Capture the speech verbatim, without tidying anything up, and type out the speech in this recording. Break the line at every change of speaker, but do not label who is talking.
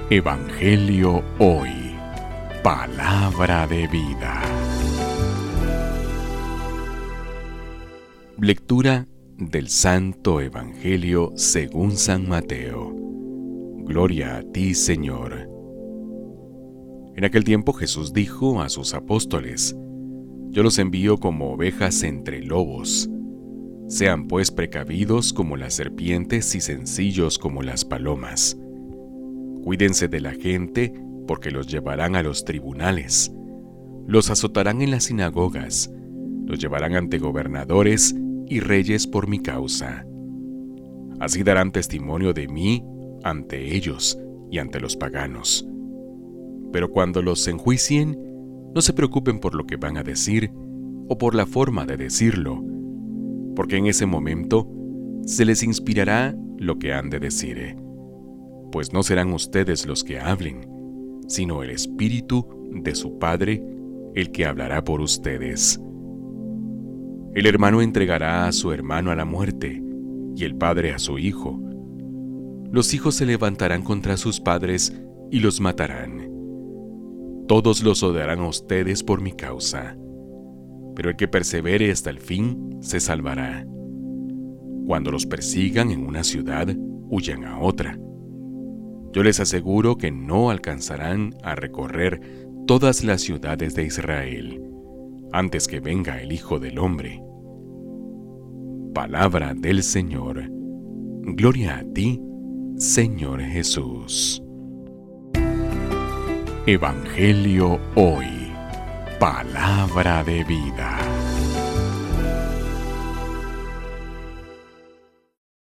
Evangelio Hoy. Palabra de vida. Lectura del Santo Evangelio según San Mateo. Gloria a ti, Señor. En aquel tiempo Jesús dijo a sus apóstoles: Yo los envío como ovejas entre lobos. Sean pues precavidos como las serpientes y sencillos como las palomas. Cuídense de la gente, porque los llevarán a los tribunales. Los azotarán en las sinagogas. Los llevarán ante gobernadores y reyes por mi causa. Así darán testimonio de mí ante ellos y ante los paganos. Pero cuando los enjuicien, no se preocupen por lo que van a decir o por la forma de decirlo, porque en ese momento se les inspirará lo que han de decir, pues no serán ustedes los que hablen, sino el Espíritu de su Padre el que hablará por ustedes. El hermano entregará a su hermano a la muerte, y el padre a su hijo. Los hijos se levantarán contra sus padres y los matarán. Todos los odiarán a ustedes por mi causa, pero el que persevere hasta el fin se salvará. Cuando los persigan en una ciudad, huyan a otra. Yo les aseguro que no alcanzarán a recorrer todas las ciudades de Israel antes que venga el Hijo del Hombre. Palabra del Señor. Gloria a ti, Señor Jesús. Evangelio Hoy. Palabra de vida.